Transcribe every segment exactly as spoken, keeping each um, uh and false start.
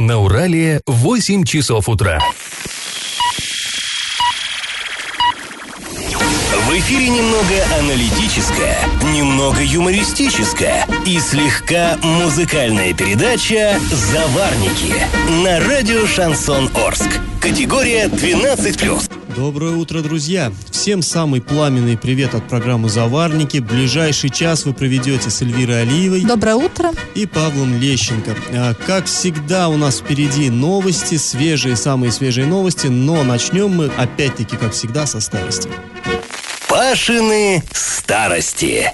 На Урале восемь часов утра. В эфире немного аналитическая, немного юмористическая и слегка музыкальная передача «Заварники» на радио «Шансон Орск». Категория двенадцать плюс. Доброе утро, друзья! Всем самый пламенный привет от программы «Заварники». Ближайший час вы проведете с Эльвирой Алиевой. Доброе утро. И Павлом Лещенко. Как всегда, у нас впереди новости, свежие, самые свежие новости, но начнем мы, опять-таки, как всегда, со старости. Пашины старости.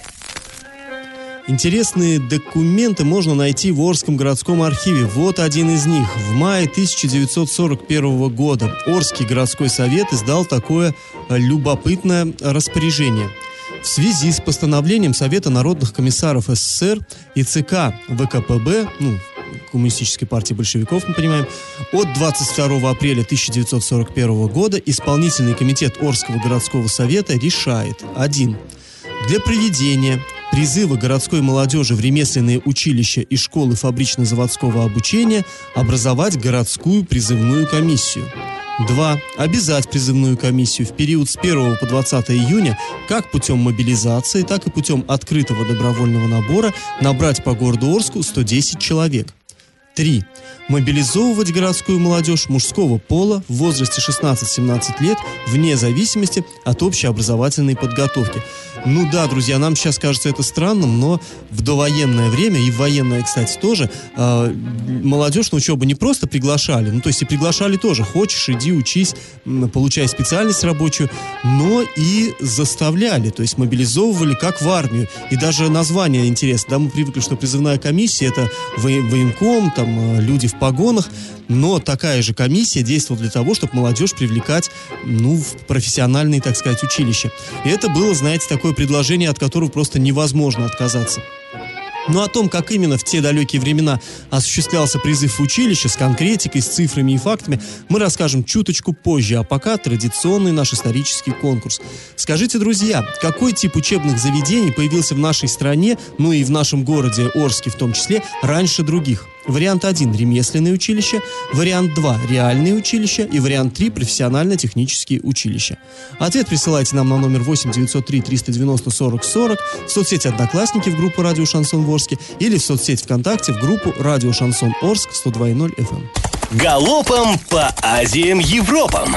Интересные документы можно найти в Орском городском архиве. Вот один из них. В мае тысяча девятьсот сорок первого года Орский городской совет издал такое любопытное распоряжение. В связи с постановлением Совета народных комиссаров СССР и ЦК ВКПБ, ну, Коммунистической партии большевиков, мы понимаем, от двадцать второго апреля тысяча девятьсот сорок первого года Исполнительный комитет Орского городского совета решает: один. Для проведения призыва городской молодежи в ремесленные училища и школы фабрично-заводского обучения образовать городскую призывную комиссию. два. Обязать призывную комиссию в период с первого по двадцатое июня как путем мобилизации, так и путем открытого добровольного набора набрать по городу Орску сто десять человек. три. Мобилизовывать городскую молодежь мужского пола в возрасте шестнадцать-семнадцать лет вне зависимости от общеобразовательной подготовки. Ну да, друзья, нам сейчас кажется это странным, но в довоенное время, и в военное, кстати, тоже, э, молодежь на учебу не просто приглашали, ну то есть и приглашали тоже, хочешь, иди, учись, получай специальность рабочую, но и заставляли, то есть мобилизовывали как в армию. И даже название интересно, да, мы привыкли, что призывная комиссия — это военком, там, люди в погонах, но такая же комиссия действовала для того, чтобы молодежь привлекать, ну, в профессиональные, так сказать, училища. И это было, знаете, такое предложение, от которого просто невозможно отказаться. Но о том, как именно в те далекие времена осуществлялся призыв в училище с конкретикой, с цифрами и фактами, мы расскажем чуточку позже, а пока традиционный наш исторический конкурс. Скажите, друзья, какой тип учебных заведений появился в нашей стране, ну и в нашем городе Орске в том числе, раньше других? Вариант один – ремесленные училища, вариант два – реальные училища и вариант три – профессионально-технические училища. Ответ присылайте нам на номер восемь девятьсот три триста девяносто сорок сорок, в соцсети «Одноклассники» в группу «Радио Шансон в Орске» или в соцсети ВКонтакте в группу «Радио Шансон Орск» сто два и ноль эф эм. Галопом по Азиям Европам.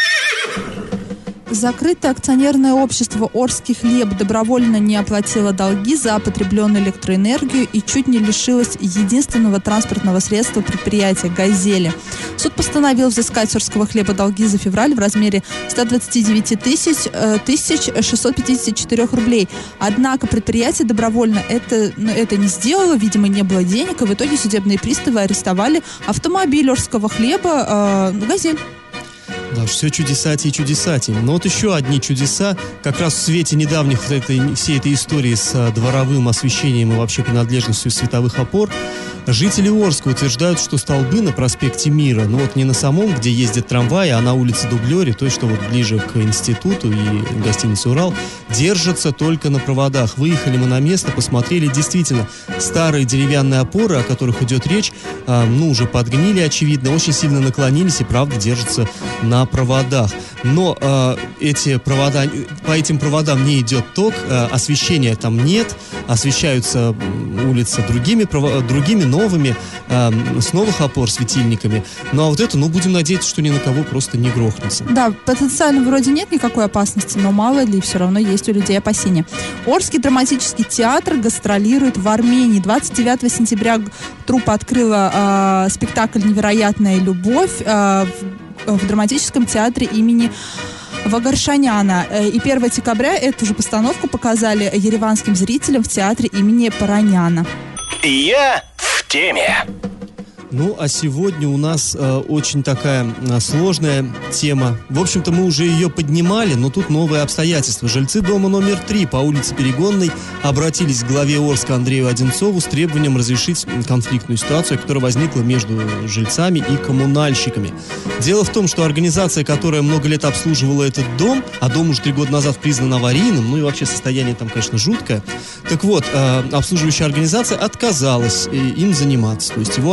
Закрытое акционерное общество «Орский хлеб» добровольно не оплатило долги за потребленную электроэнергию и чуть не лишилось единственного транспортного средства предприятия «Газели». Суд постановил взыскать с Орского хлеба долги за февраль в размере сто двадцать девять тысяч шестьсот пятьдесят четыре рублей. Однако предприятие добровольно это, ну, это не сделало, видимо, не было денег, и в итоге судебные приставы арестовали автомобиль Орского хлеба э, «Газель». Да, все чудесати и чудесати. Но вот еще одни чудеса, как раз в свете недавних вот этой, всей этой истории с а, дворовым освещением и вообще принадлежностью световых опор, жители Орска утверждают, что столбы на проспекте Мира, ну вот не на самом, где ездят трамваи, а на улице Дублёре, то есть что вот ближе к институту и гостинице «Урал», держатся только на проводах. Выехали мы на место, посмотрели, действительно, старые деревянные опоры, о которых идет речь, а, ну уже подгнили, очевидно, очень сильно наклонились и, правда, держатся на проводах. Но э, эти провода, по этим проводам не идет ток, э, освещения там нет, освещаются улицы другими, прово, другими новыми, э, с новых опор светильниками. Ну а вот это, ну будем надеяться, что ни на кого просто не грохнется. Да, потенциально вроде нет никакой опасности, но мало ли, все равно есть у людей опасения. Орский драматический театр гастролирует в Армении. двадцать девятого сентября труппа открыла э, спектакль «Невероятная любовь» э, в в драматическом театре имени Вагаршаняна. И первого декабря эту же постановку показали ереванским зрителям в театре имени Параняна. Я в теме. Ну, а сегодня у нас э, очень такая э, сложная тема. В общем-то, мы уже ее поднимали, но тут новые обстоятельства. Жильцы дома номер три по улице Перегонной обратились к главе Орска Андрею Одинцову с требованием разрешить конфликтную ситуацию, которая возникла между жильцами и коммунальщиками. Дело в том, что организация, которая много лет обслуживала этот дом, а дом уже три года назад признан аварийным, ну и вообще состояние там, конечно, жуткое. Так вот, э, обслуживающая организация отказалась э, им заниматься, то есть его обслуживать.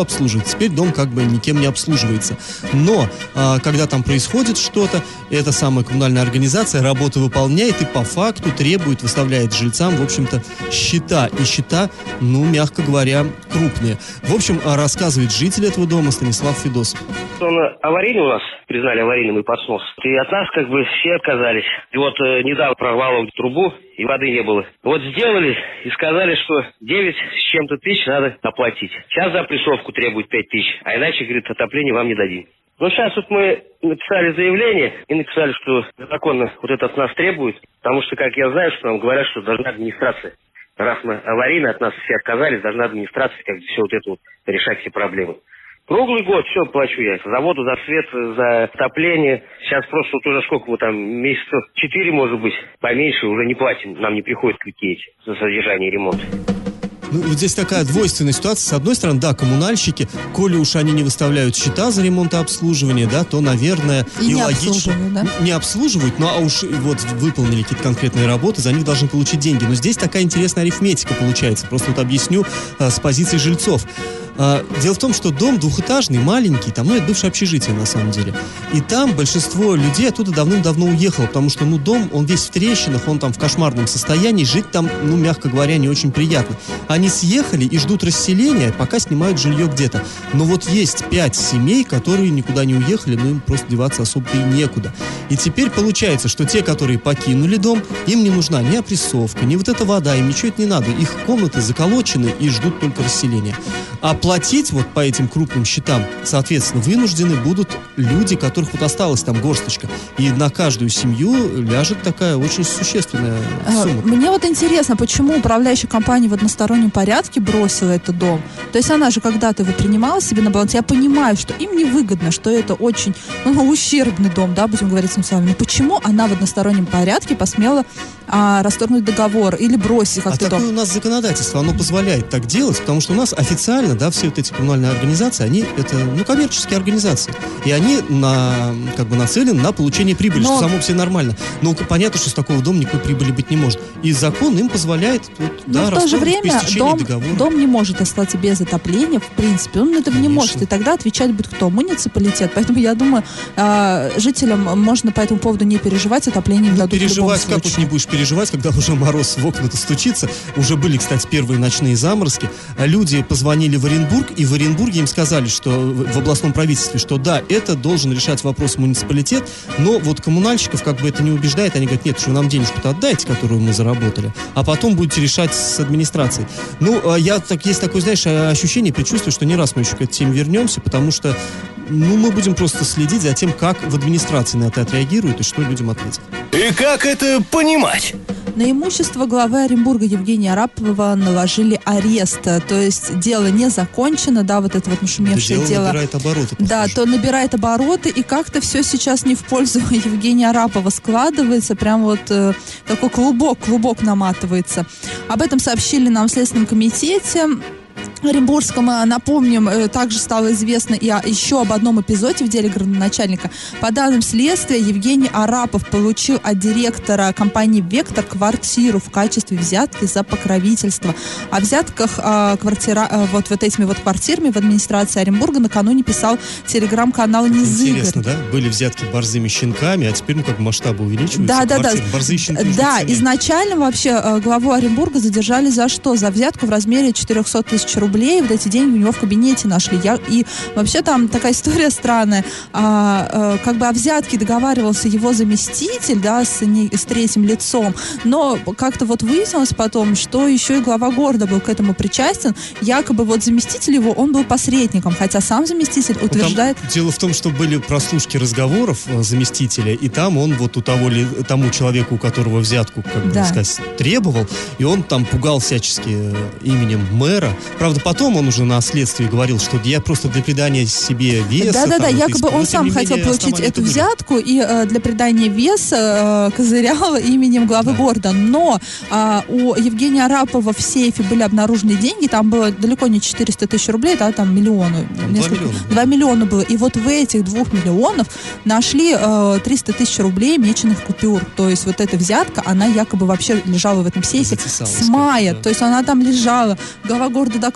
теперь дом как бы никем не обслуживается. Но, а, когда там происходит что-то, эта самая коммунальная организация работу выполняет и по факту требует, выставляет жильцам, в общем-то, счета. И счета, ну, мягко говоря, крупные. В общем, рассказывает житель этого дома Станислав Федосов. Он аварийный у нас, признали аварийным и под снос. И от нас как бы все отказались. И вот э, недавно прорвало трубу, и воды не было. Вот сделали и сказали, что девять с чем-то тысяч надо оплатить. Сейчас за прессовку требуют пять тысяч, а иначе, говорит, отопление вам не дадим. Ну, сейчас вот мы написали заявление и написали, что законно вот это от нас требует, потому что, как я знаю, что нам говорят, что должна администрация. Раз мы аварийно от нас все отказались, должна администрация как бы все вот это вот решать все проблемы. Круглый год все плачу я. За воду, за свет, за отопление. Сейчас просто вот уже сколько мы там, месяца четыре, может быть, поменьше, уже не платим. Нам не приходят квитки эти за содержание и ремонт. Ну, вот здесь такая двойственная ситуация. С одной стороны, да, коммунальщики, коли уж они не выставляют счета за ремонт и обслуживание, да, то, наверное, и, и не логично. Да? Не обслуживают, ну, а уж вот выполнили какие-то конкретные работы, за них должны получить деньги. Но здесь такая интересная арифметика получается. Просто вот объясню а, с позиции жильцов. А, дело в том, что дом двухэтажный, маленький, там, ну, это бывшее общежитие, на самом деле. И там большинство людей оттуда давным-давно уехало, потому что, ну, дом, он весь в трещинах, он там в кошмарном состоянии, жить там, ну, мягко говоря, не очень приятно. Они съехали и ждут расселения, пока снимают жилье где-то. Но вот есть пять семей, которые никуда не уехали, но им просто деваться особо-то и некуда. И теперь получается, что те, которые покинули дом, им не нужна ни опрессовка, ни вот эта вода, им ничего это не надо. Их комнаты заколочены и ждут только расселения. А платить вот по этим крупным счетам, соответственно, вынуждены будут люди, которых вот осталась там горсточка. И на каждую семью ляжет такая очень существенная сумма. Мне вот интересно, почему управляющая компания в одностороннем порядке бросила этот дом? То есть она же когда-то его принимала себе на баланс. Я понимаю, что им невыгодно, что это очень, ну, ущербный дом, да, будем говорить с вами. Но почему она в одностороннем порядке посмела а, расторгнуть договор или бросить как-то а дом? такое у нас законодательство, оно позволяет так делать, потому что у нас официально, да, все вот эти коммунальные организации, они, это, ну, коммерческие организации. И они на, как бы нацелены на получение прибыли, Но... что само по себе нормально. Но понятно, что с такого дома никакой прибыли быть не может. И закон им позволяет, вот, да, в то же время дом, договора. Дом не может остаться без отопления, в принципе. Он этого Конечно. не может. И тогда отвечать будет кто? Муниципалитет. Поэтому я думаю, э, жителям можно по этому поводу не переживать, отопление им ну, дадут переживать, в любом как случае. вот не будешь переживать, когда уже мороз в окна-то стучится. Уже были, кстати, первые ночные заморозки. Люди позвонили в Оренбург, и в Оренбурге им сказали, что в областном правительстве, что да, это должен решать вопрос муниципалитет, но вот коммунальщиков как бы это не убеждает. Они говорят, нет, что вы нам денежку-то отдайте, которую мы заработали, а потом будете решать с администрацией. Ну, я так, есть такое, знаешь, ощущение, предчувствие, что не раз мы еще к этой теме вернемся, потому что, ну, мы будем просто следить за тем, как в администрации на это отреагируют и что людям ответят. И как это понимать? На имущество главы Оренбурга Евгения Арапова наложили арест. То есть дело не закончено, да, вот это вот нашумевшее да, дело. дело набирает обороты. Да, похоже. то набирает обороты, и как-то все сейчас не в пользу Евгения Арапова складывается. Прям вот э, такой клубок, клубок наматывается. Об этом сообщили нам в Следственном комитете Оренбургском. Напомним, также стало известно и о, еще об одном эпизоде в деле градоначальника. По данным следствия, Евгений Арапов получил от директора компании «Вектор» квартиру в качестве взятки за покровительство. О взятках э, квартира, э, вот, вот этими вот квартирами в администрации Оренбурга накануне писал телеграм-канал «Низыгорь». Интересно, да? Были взятки борзыми щенками, а теперь, ну, как масштабы увеличиваются. Да, да, да. Борзые щенки. Да, изначально вообще э, главу Оренбурга задержали за что? За взятку в размере четыреста тысяч рублей. Вот эти деньги у него в кабинете нашли. Я, и вообще там такая история странная. А, а, как бы о взятке договаривался его заместитель, да, с, не, с третьим лицом. Но как-то вот выяснилось потом, что еще и глава города был к этому причастен. Якобы вот заместитель его, он был посредником. Хотя сам заместитель утверждает... Там дело в том, что были прослушки разговоров заместителя, и там он вот у того ли, тому человеку, у которого взятку, как бы да. сказать, требовал, и он там пугал всячески именем мэра. Правда, потом он уже на следствии говорил, что я просто для придания себе веса... Да-да-да, там, якобы он сам хотел получить эту взятку и э, для придания веса э, козырял именем главы да. города. Но э, у Евгения Арапова в сейфе были обнаружены деньги, там было далеко не четыреста тысяч рублей, да, там миллионы. два миллиона было. И вот в этих двух миллионов нашли э, триста тысяч рублей меченых купюр. То есть вот эта взятка, она якобы вообще лежала в этом сейфе с мая. Да. То есть она там лежала. Глава города докладывал,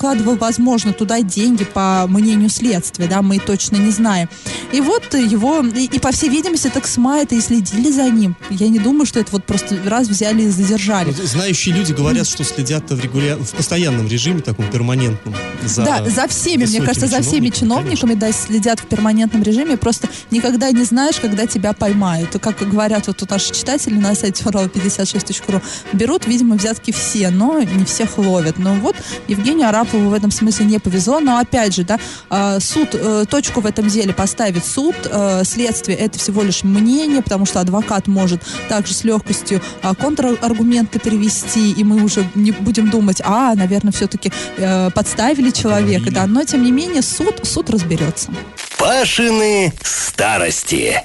вкладывал, возможно, туда деньги, по мнению следствия, да, мы точно не знаем. И вот его, и, и по всей видимости, так с мая-то и следили за ним. Я не думаю, что это вот просто раз взяли и задержали. Знающие люди говорят, что следят в, регуля... в постоянном режиме, таком перманентном. За да, за всеми, мне кажется, за всеми чиновниками, да, следят в перманентном режиме. Просто никогда не знаешь, когда тебя поймают. И, как говорят вот тут наши читатели на сайте урал пятьдесят шесть точка ру, берут, видимо, взятки все, но не всех ловят. Но вот Евгению Арапову в этом смысле не повезло. Но опять же, да, суд, точку в этом деле поставит суд. Следствие — это всего лишь мнение, потому что адвокат может также с легкостью контраргументы привести, и мы уже не будем думать, а, наверное, все-таки подставили человека, да, но тем не менее суд, суд разберется. Пашины старости.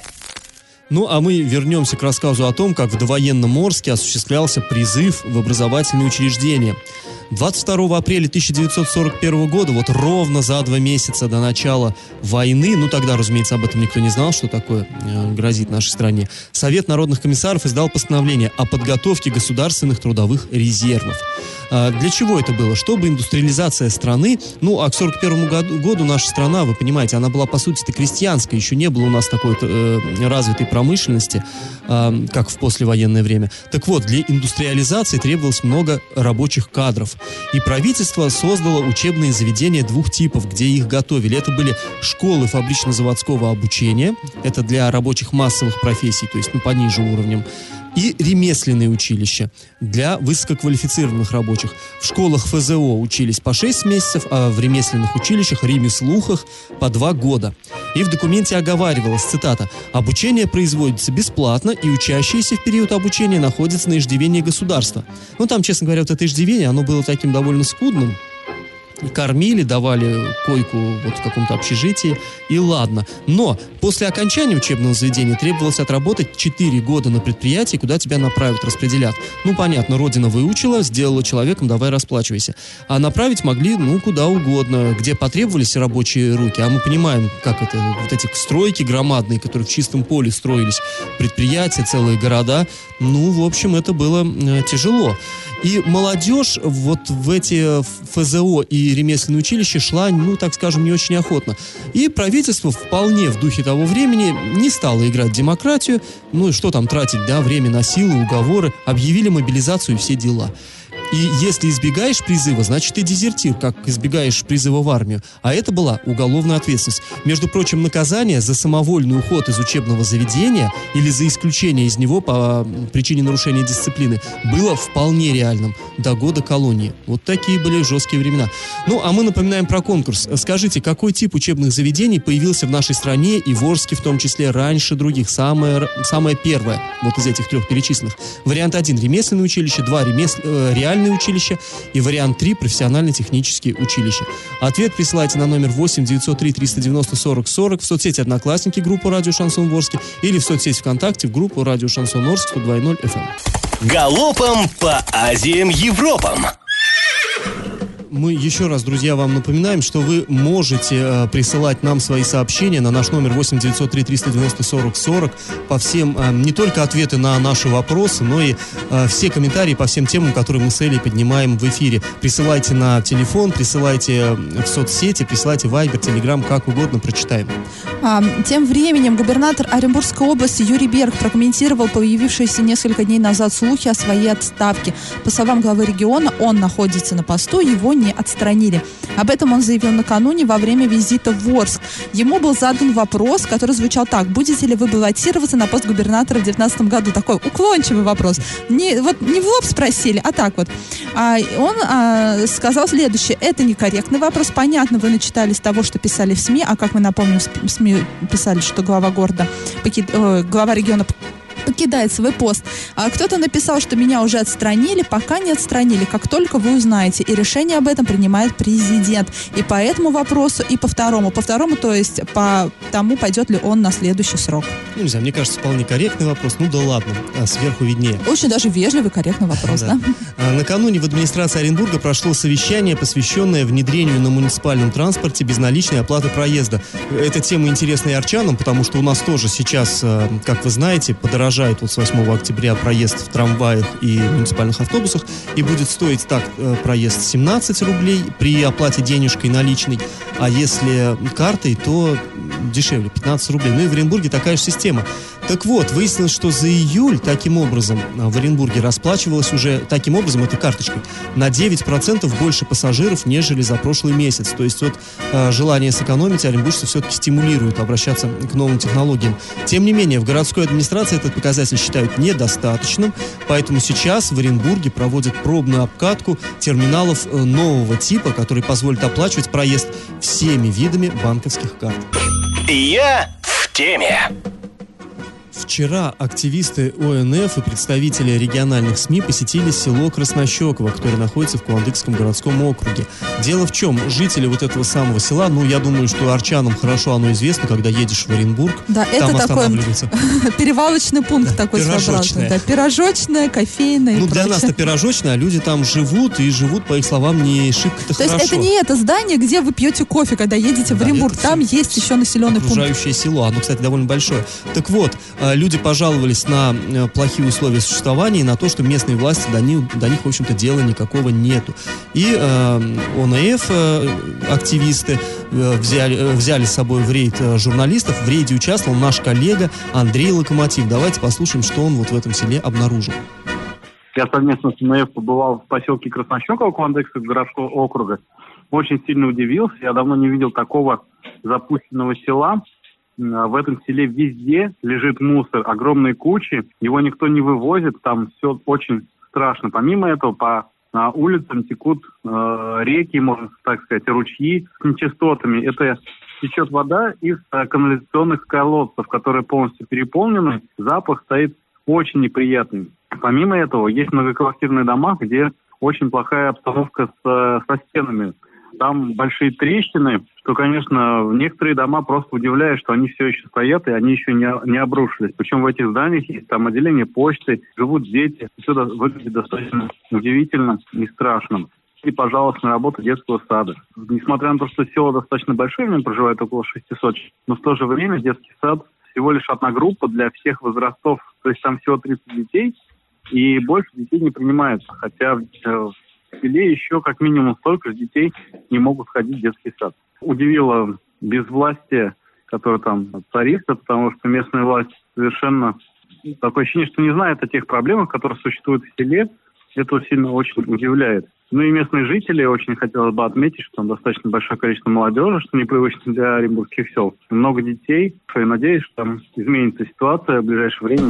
Ну, а мы вернемся к рассказу о том, как в довоенном Орске осуществлялся призыв в образовательные учреждения. двадцать второго апреля тысяча девятьсот сорок первого года, вот ровно за два месяца до начала войны, ну тогда, разумеется, об этом никто не знал, что такое э, грозит нашей стране, Совет народных комиссаров издал постановление о подготовке государственных трудовых резервов. А для чего это было? Чтобы индустриализация страны, ну, а к сорок первому году, году наша страна, вы понимаете, она была, по сути-то, крестьянская, еще не было у нас такой э, развитой промышленности, э, как в послевоенное время. Так вот, для индустриализации требовалось много рабочих кадров. И правительство создало учебные заведения двух типов, где их готовили. Это были школы фабрично-заводского обучения, это для рабочих массовых профессий, то есть, ну, пониже уровнем, и ремесленные училища для высококвалифицированных рабочих. В школах эф зэ о учились по шесть месяцев, а в ремесленных училищах, ремеслухах, по два года. И в документе оговаривалось, цитата, «Обучение производится бесплатно, и учащиеся в период обучения находятся на иждивении государства». Ну, там, честно говоря, вот это иждивение, оно было таким довольно скудным. Кормили, давали койку вот в каком-то общежитии, и ладно. Но после окончания учебного заведения требовалось отработать четыре года на предприятии, куда тебя направят, распределят. Ну, понятно, родина выучила, сделала человеком, давай расплачивайся. А направить могли, ну, куда угодно, где потребовались рабочие руки. А мы понимаем, как это, вот эти стройки громадные, которые в чистом поле строились, предприятия, целые города. Ну, в общем, это было э, тяжело. И молодежь вот в эти эф зэ о и ремесленные училища шла, ну, так скажем, не очень охотно. И правительство вполне в духе того времени не стало играть в демократию. Ну, и что там тратить, да, время на силы, уговоры. Объявили мобилизацию и все дела. И если избегаешь призыва, значит, ты дезертир, как избегаешь призыва в армию. А это была уголовная ответственность. Между прочим, наказание за самовольный уход из учебного заведения или за исключение из него по причине нарушения дисциплины было вполне реальным. До года колонии. Вот такие были жесткие времена. Ну, а мы напоминаем про конкурс. Скажите, какой тип учебных заведений появился в нашей стране и в Орске в том числе раньше других? Самое, самое первое вот из этих трех перечисленных. Вариант один – ремесленное училище, два – ремес... э, реальное училище, и вариант три – профессионально-технические училища. Ответ присылайте на номер восемь девятьсот три триста девяносто сорок сорок в соцсети «Одноклассники» группу «Радио Шансон Орске» или в соцсети ВКонтакте в группу «Радио Шансон Орск» сто два и ноль эф эм. Галопом по Азиям, Европам. Мы еще раз, друзья, вам напоминаем, что вы можете э, присылать нам свои сообщения на наш номер восемь девятьсот три триста девяносто сорок сорок по всем, э, не только ответы на наши вопросы, но и э, все комментарии по всем темам, которые мы с Элей поднимаем в эфире. Присылайте на телефон, присылайте в соцсети, присылайте в Вайбер, Телеграм, как угодно, прочитаем. А, тем временем губернатор Оренбургской области Юрий Берг прокомментировал появившиеся несколько дней назад слухи о своей отставке. По словам главы региона, он находится на посту, его не отстранили. Об этом он заявил накануне во время визита в Орск. Ему был задан вопрос, который звучал так: будете ли вы баллотироваться на пост губернатора в две тысячи девятнадцатом году? Такой уклончивый вопрос. Не, вот, не в лоб спросили, а так вот. А, он а, сказал следующее: это некорректный вопрос. Понятно, вы начитались того, что писали в СМИ, а как мы напомним, в СМИ писали, что глава города, покид... э, глава региона покидает свой пост. А кто-то написал, что меня уже отстранили, пока не отстранили. Как только вы узнаете. И решение об этом принимает президент. И по этому вопросу, и по второму. По второму, то есть по тому, пойдет ли он на следующий срок. Ну, не знаю, мне кажется, вполне корректный вопрос. Ну да ладно, а сверху виднее. Очень даже вежливый, корректный вопрос, да? А, накануне в администрации Оренбурга прошло совещание, посвященное внедрению на муниципальном транспорте безналичной оплаты проезда. Эта тема интересна и арчанам, потому что у нас тоже сейчас, как вы знаете, подорожает продолжает вот с восьмого октября проезд в трамваях и муниципальных автобусах, и будет стоить так проезд семнадцать рублей при оплате денежкой наличной, а если картой, то дешевле, пятнадцать рублей. Ну и в Оренбурге такая же система. Так вот, выяснилось, что за июль таким образом в Оренбурге расплачивалось уже, таким образом, этой карточкой, на девять процентов больше пассажиров, нежели за прошлый месяц. То есть вот э, желание сэкономить оренбуржцы все-таки стимулирует обращаться к новым технологиям. Тем не менее, в городской администрации этот показатель считают недостаточным, поэтому сейчас в Оренбурге проводят пробную обкатку терминалов э, нового типа, который позволит оплачивать проезд всеми видами банковских карт. Я в теме. Вчера активисты О Эн Эф и представители региональных СМИ посетили село Краснощеково, которое находится в Куандыкском городском округе. Дело в чем? Жители вот этого самого села, ну, я думаю, что арчанам хорошо оно известно, когда едешь в Оренбург, да, там это такой перевалочный пункт, да, такой своеобразный. Да, пирожочная, кофейная. Ну, для нас-то пирожочная, а люди там живут, и живут, по их словам, не шибко-то хорошо. То есть это не это здание, где вы пьете кофе, когда едете в Оренбург. Там есть еще населенный пункт. Окружающее село, оно, кстати, довольно большое. Так вот, люди пожаловались на плохие условия существования и на то, что местные власти до них, до них в общем-то, дела никакого нету. И э, О Эн Эф, э, активисты, э, взяли, взяли с собой в рейд э, журналистов. В рейде участвовал наш коллега Андрей Локомотив. Давайте послушаем, что он вот в этом селе обнаружил. Я совместно с О Эн Эф побывал в поселке Краснощеково Куандыкского городского округа. Очень сильно удивился. Я давно не видел такого запущенного села. В этом селе везде лежит мусор, огромные кучи, его никто не вывозит, там все очень страшно. Помимо этого, по а, улицам текут э, реки, можно так сказать, ручьи с нечистотами. Это течет вода из а, канализационных колодцев, которые полностью переполнены. Запах стоит очень неприятный. Помимо этого, есть многоквартирные дома, где очень плохая обстановка с, со стенами. Там большие трещины, что, конечно, некоторые дома просто удивляют, что они все еще стоят, и они еще не, не обрушились. Причем в этих зданиях есть там отделение почты, живут дети. Все выглядит достаточно удивительно и страшно. И, пожалуйста, на работу детского сада. Несмотря на то, что село достаточно большое, в нем проживает около шестисот, но в то же время детский сад всего лишь одна группа для всех возрастов. То есть там всего тридцать детей, и больше детей не принимается. Хотя в селе еще как минимум столько же детей не могут ходить в детский сад. Удивило безвластие, которое там царится, потому что местная власть совершенно такое ощущение, что не знает о тех проблемах, которые существуют в селе. Это сильно очень удивляет. Ну и местные жители, очень хотелось бы отметить, что там достаточно большое количество молодежи, что непривычно для оренбургских сел. Много детей. Я надеюсь, что там изменится ситуация в ближайшее время.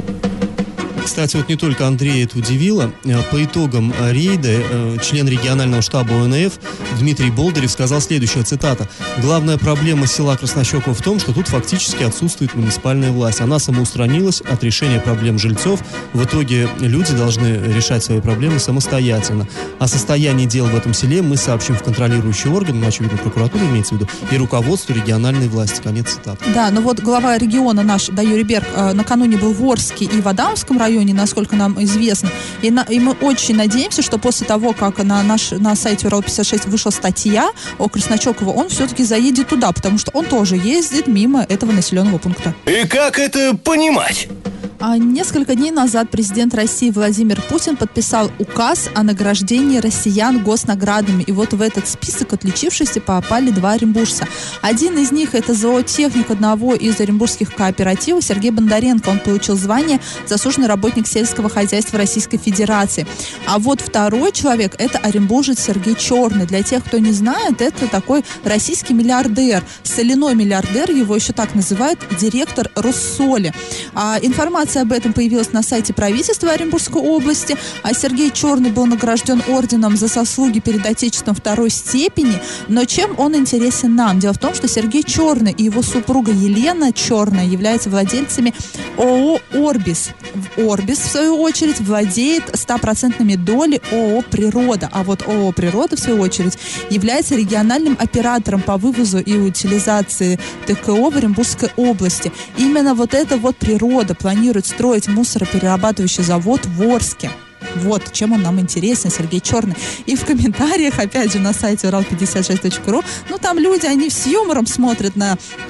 Кстати, вот не только Андрея это удивило. По итогам рейда член регионального штаба О Эн Эф Дмитрий Болдырев сказал следующее, цитата: «Главная проблема села Краснощеково в том, что тут фактически отсутствует муниципальная власть. Она самоустранилась от решения проблем жильцов. В итоге люди должны решать свои проблемы самостоятельно. О состоянии дел в этом селе мы сообщим в контролирующий орган, ну, очевидно, прокуратура имеется в виду, и руководству региональной власти». Конец цитаты. Да, но вот глава региона наш, да, Юрий Берг, накануне был в Орске и в Адамском районе, насколько нам известно. И, на, и мы очень надеемся, что после того, как на, наш, на сайте Урал пятьдесят шесть вышла статья о Краснощеково, он все-таки заедет туда, потому что он тоже ездит мимо этого населенного пункта. И как это понимать? А несколько дней назад президент России Владимир Путин подписал указ о награждении россиян госнаградами. И вот в этот список отличившихся попали два оренбуржца. Один из них — это зоотехник одного из оренбургских кооперативов Сергей Бондаренко. Он получил звание «Заслуженный работник сельского хозяйства Российской Федерации». А вот второй человек — это оренбуржец Сергей Черный. Для тех, кто не знает, это такой российский миллиардер, соляной миллиардер, его еще так называют, директор Россоли. А информация об этом появилась на сайте правительства Оренбургской области, а Сергей Черный был награжден орденом за заслуги перед Отечеством второй степени. Но чем он интересен нам? Дело в том, что Сергей Черный и его супруга Елена Черная являются владельцами ООО «Орбис». «Орбис», в свою очередь, владеет стопроцентными долей ООО «Природа». А вот ООО «Природа», в свою очередь, является региональным оператором по вывозу и утилизации ТКО в Оренбургской области. Именно вот эта вот «Природа» планирует строить мусороперерабатывающий завод в Орске. Вот чем он нам интересен, Сергей Черный. И в комментариях, опять же, на сайте урал пятьдесят шесть точка ру, ну там люди, они с юмором смотрят на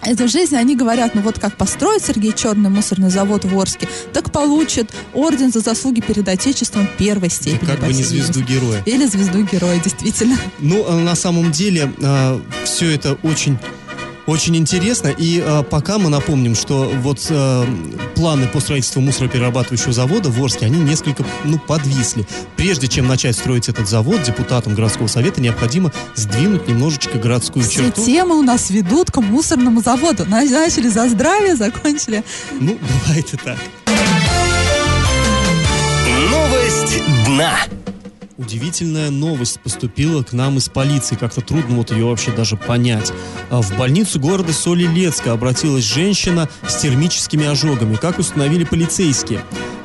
эту жизнь, они говорят, ну вот как построит Сергей Черный мусорный завод в Орске, так получит орден за заслуги перед Отечеством первой степени. Как бы не звезду героя. Или звезду героя, действительно. Ну, на самом деле, все это очень... Очень интересно, и а, пока мы напомним, что вот а, планы по строительству мусороперерабатывающего завода в Орске, они несколько, ну, подвисли. Прежде чем начать строить этот завод, депутатам городского совета необходимо сдвинуть немножечко городскую Все черту. Все темы у нас ведут к мусорному заводу. Начали за здравие, закончили. Ну, бывает и так. Новость дна. Удивительная новость поступила к нам из полиции. Как-то трудно вот ее вообще даже понять. В больницу города Соль-Илецка обратилась женщина с термическими ожогами. Как установили полицейские?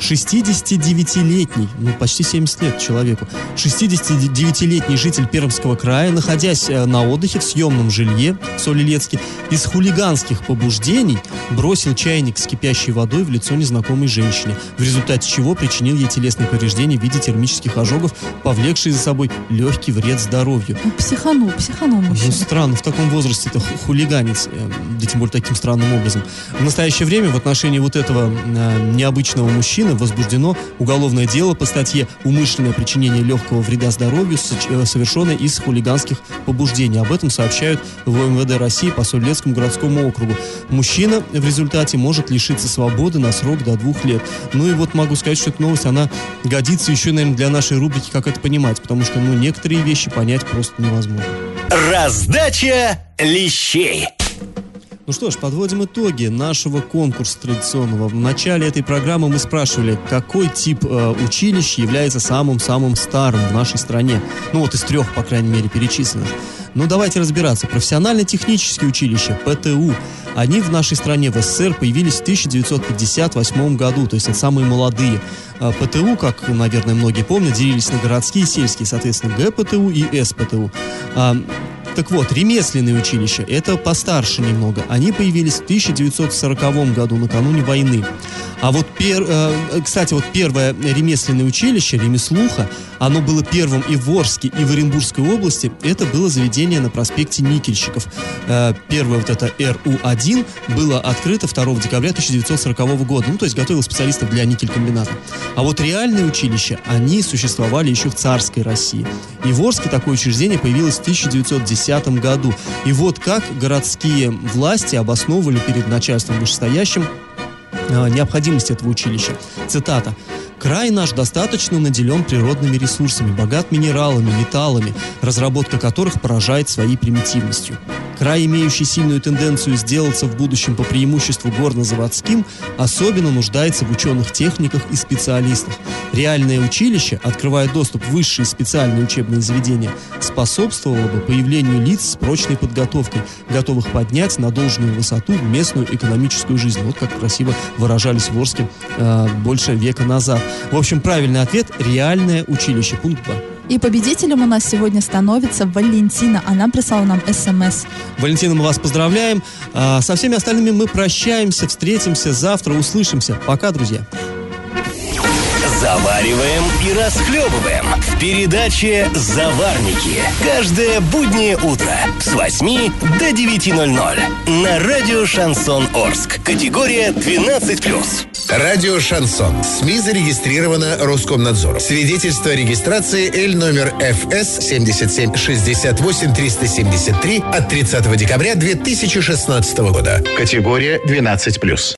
шестидесятидевятилетний, ну почти семьдесят лет человеку, шестидесятидевятилетний житель Пермского края, находясь на отдыхе в съемном жилье в Соль-Илецке, из хулиганских побуждений бросил чайник с кипящей водой в лицо незнакомой женщине, в результате чего причинил ей телесные повреждения в виде термических ожогов, повлекшие за собой легкий вред здоровью. Ну, психанул, психанул мужчина. Ну, странно, в таком возрасте-то хулиганить, да тем более таким странным образом. В настоящее время в отношении вот этого э, необычного мужчины возбуждено уголовное дело по статье «Умышленное причинение легкого вреда здоровью, совершенное из хулиганских побуждений». Об этом сообщают в эм вэ дэ России по Соль-Илецкому городскому округу. Мужчина в результате может лишиться свободы на срок до двух лет. Ну и вот могу сказать, что эта новость, она годится еще, наверное, для нашей рубрики «Как это понимать», потому что, ну, некоторые вещи понять просто невозможно. Раздача лещей. Ну что ж, подводим итоги нашего конкурса традиционного. В начале этой программы мы спрашивали, какой тип э, училищ является самым-самым старым в нашей стране. Ну вот из трех, по крайней мере, перечисленных. Ну давайте разбираться. Профессионально-технические училища, пэ тэ у, они в нашей стране, в эс эс эс эр, появились в тысяча девятьсот пятьдесят восьмом году, то есть это самые молодые. пэ тэ у, как, наверное, многие помнят, делились на городские и сельские, соответственно, гэ пэ тэ у и эс пэ тэ у. Так вот, ремесленные училища, это постарше немного. Они появились в тысяча девятьсот сороковом году, накануне войны. А вот, пер, э, кстати, вот первое ремесленное училище, ремеслуха, оно было первым и в Орске, и в Оренбургской области. Это было заведение на проспекте Никельщиков. Э, первое вот это эр у один было открыто второго декабря тысяча девятьсот сорокового года. Ну, то есть готовило специалистов для никелькомбината. А вот реальные училища, они существовали еще в царской России. И в Орске такое учреждение появилось в тысяча девятьсот десятом году. И вот как городские власти обосновывали перед начальством вышестоящим необходимость этого училища. Цитата. «Край наш достаточно наделен природными ресурсами, богат минералами, металлами, разработка которых поражает своей примитивностью. Край, имеющий сильную тенденцию сделаться в будущем по преимуществу горно-заводским, особенно нуждается в ученых-техниках и специалистах. Реальное училище, открывая доступ в высшие специальные учебные заведения, способствовало бы появлению лиц с прочной подготовкой, готовых поднять на должную высоту местную экономическую жизнь». Вот как красиво выражались в Орске э, больше века назад. В общем, правильный ответ – реальное училище. Пункт два. И победителем у нас сегодня становится Валентина. Она прислала нам эс эм эс. Валентина, мы вас поздравляем. А, со всеми остальными мы прощаемся, встретимся завтра, услышимся. Пока, друзья. Завариваем и расхлебываем в передаче «Заварники». Каждое буднее утро с восьми до девяти ноль-ноль на радио «Шансон Орск». Категория двенадцать плюс. Радио «Шансон». СМИ зарегистрировано Роскомнадзором. Свидетельство о регистрации Л номер эф эс семьдесят семь шестьдесят восемь триста семьдесят три от тридцатого декабря две тысячи шестнадцатого года. Категория двенадцать плюс.